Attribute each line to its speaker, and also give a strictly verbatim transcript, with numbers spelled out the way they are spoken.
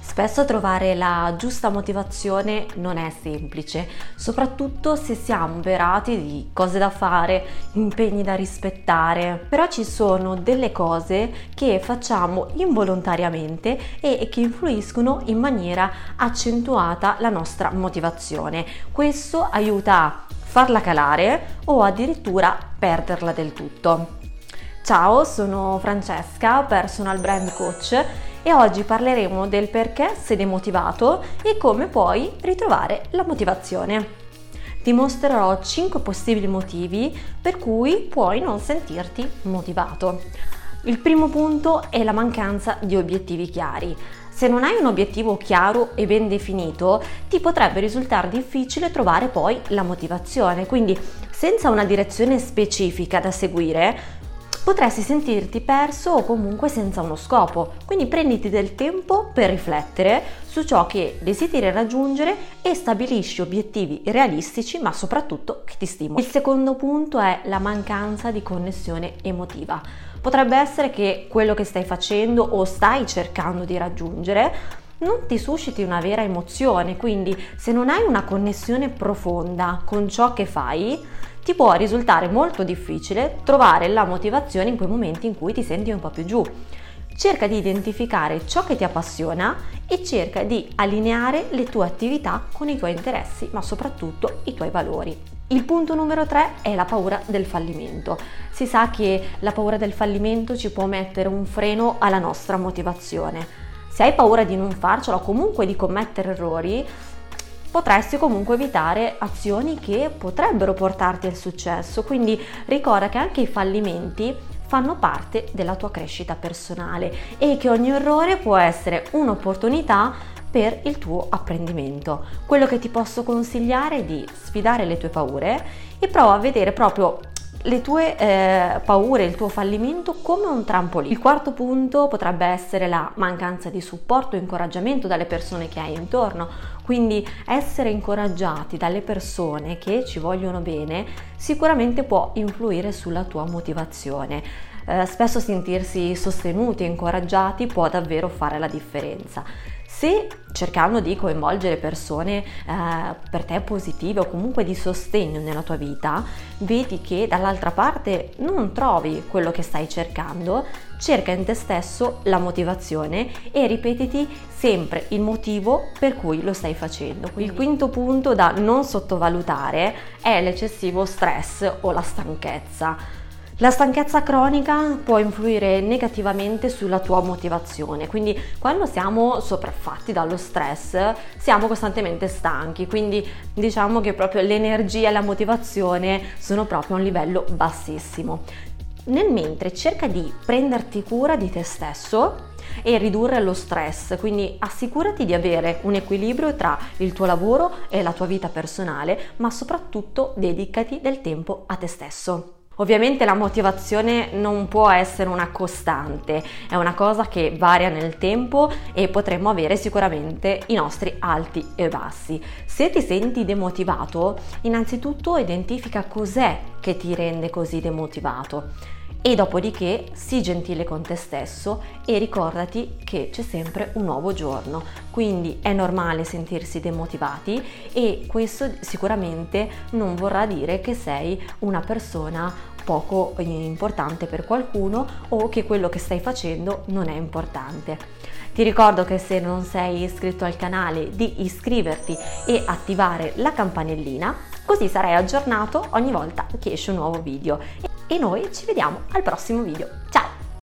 Speaker 1: Spesso trovare la giusta motivazione non è semplice, soprattutto se siamo oberati di cose da fare, impegni da rispettare. Però ci sono delle cose che facciamo involontariamente e che influiscono in maniera accentuata la nostra motivazione. Questo aiuta a farla calare o addirittura perderla del tutto. Ciao, sono Francesca, personal brand coach, e oggi parleremo del perché sei demotivato e come puoi ritrovare la motivazione. Ti mostrerò cinque possibili motivi per cui puoi non sentirti motivato. Il primo punto è la mancanza di obiettivi chiari. Se non hai un obiettivo chiaro e ben definito, ti potrebbe risultare difficile trovare poi la motivazione. Quindi, senza una direzione specifica da seguire, potresti sentirti perso o comunque senza uno scopo. Quindi prenditi del tempo per riflettere su ciò che desideri raggiungere e stabilisci obiettivi realistici, ma soprattutto che ti stimolino. Il secondo punto è la mancanza di connessione emotiva. Potrebbe essere che quello che stai facendo o stai cercando di raggiungere non ti susciti una vera emozione, quindi se non hai una connessione profonda con ciò che fai, ti può risultare molto difficile trovare la motivazione in quei momenti in cui ti senti un po' più giù. Cerca di identificare ciò che ti appassiona e cerca di allineare le tue attività con i tuoi interessi, ma soprattutto i tuoi valori. Il punto numero tre è la paura del fallimento. Si sa che la paura del fallimento ci può mettere un freno alla nostra motivazione. Se hai paura di non farcela o comunque di commettere errori, potresti comunque evitare azioni che potrebbero portarti al successo. Quindi ricorda che anche i fallimenti fanno parte della tua crescita personale e che ogni errore può essere un'opportunità per il tuo apprendimento. Quello che ti posso consigliare è di sfidare le tue paure e prova a vedere proprio le tue eh, paure, il tuo fallimento come un trampolino. Il quarto punto potrebbe essere la mancanza di supporto e incoraggiamento dalle persone che hai intorno. Quindi essere incoraggiati dalle persone che ci vogliono bene sicuramente può influire sulla tua motivazione. Eh, spesso sentirsi sostenuti e incoraggiati può davvero fare la differenza. Se cercando di coinvolgere persone eh, per te positive o comunque di sostegno nella tua vita, vedi che dall'altra parte non trovi quello che stai cercando, cerca in te stesso la motivazione e ripetiti sempre il motivo per cui lo stai facendo. Quindi, il quinto punto da non sottovalutare è l'eccessivo stress o la stanchezza. La stanchezza cronica può influire negativamente sulla tua motivazione, quindi quando siamo sopraffatti dallo stress siamo costantemente stanchi, quindi diciamo che proprio l'energia e la motivazione sono proprio a un livello bassissimo. Nel mentre cerca di prenderti cura di te stesso e ridurre lo stress, quindi assicurati di avere un equilibrio tra il tuo lavoro e la tua vita personale, ma soprattutto dedicati del tempo a te stesso. Ovviamente la motivazione non può essere una costante, è una cosa che varia nel tempo e potremmo avere sicuramente i nostri alti e bassi. Se ti senti demotivato, innanzitutto identifica cos'è che ti rende così demotivato e dopodiché sii gentile con te stesso e ricordati che c'è sempre un nuovo giorno, quindi è normale sentirsi demotivati e questo sicuramente non vorrà dire che sei una persona poco importante per qualcuno o che quello che stai facendo non è importante. Ti ricordo che se non sei iscritto al canale di iscriverti e attivare la campanellina, così sarai aggiornato ogni volta che esce un nuovo video. E noi ci vediamo al prossimo video. Ciao!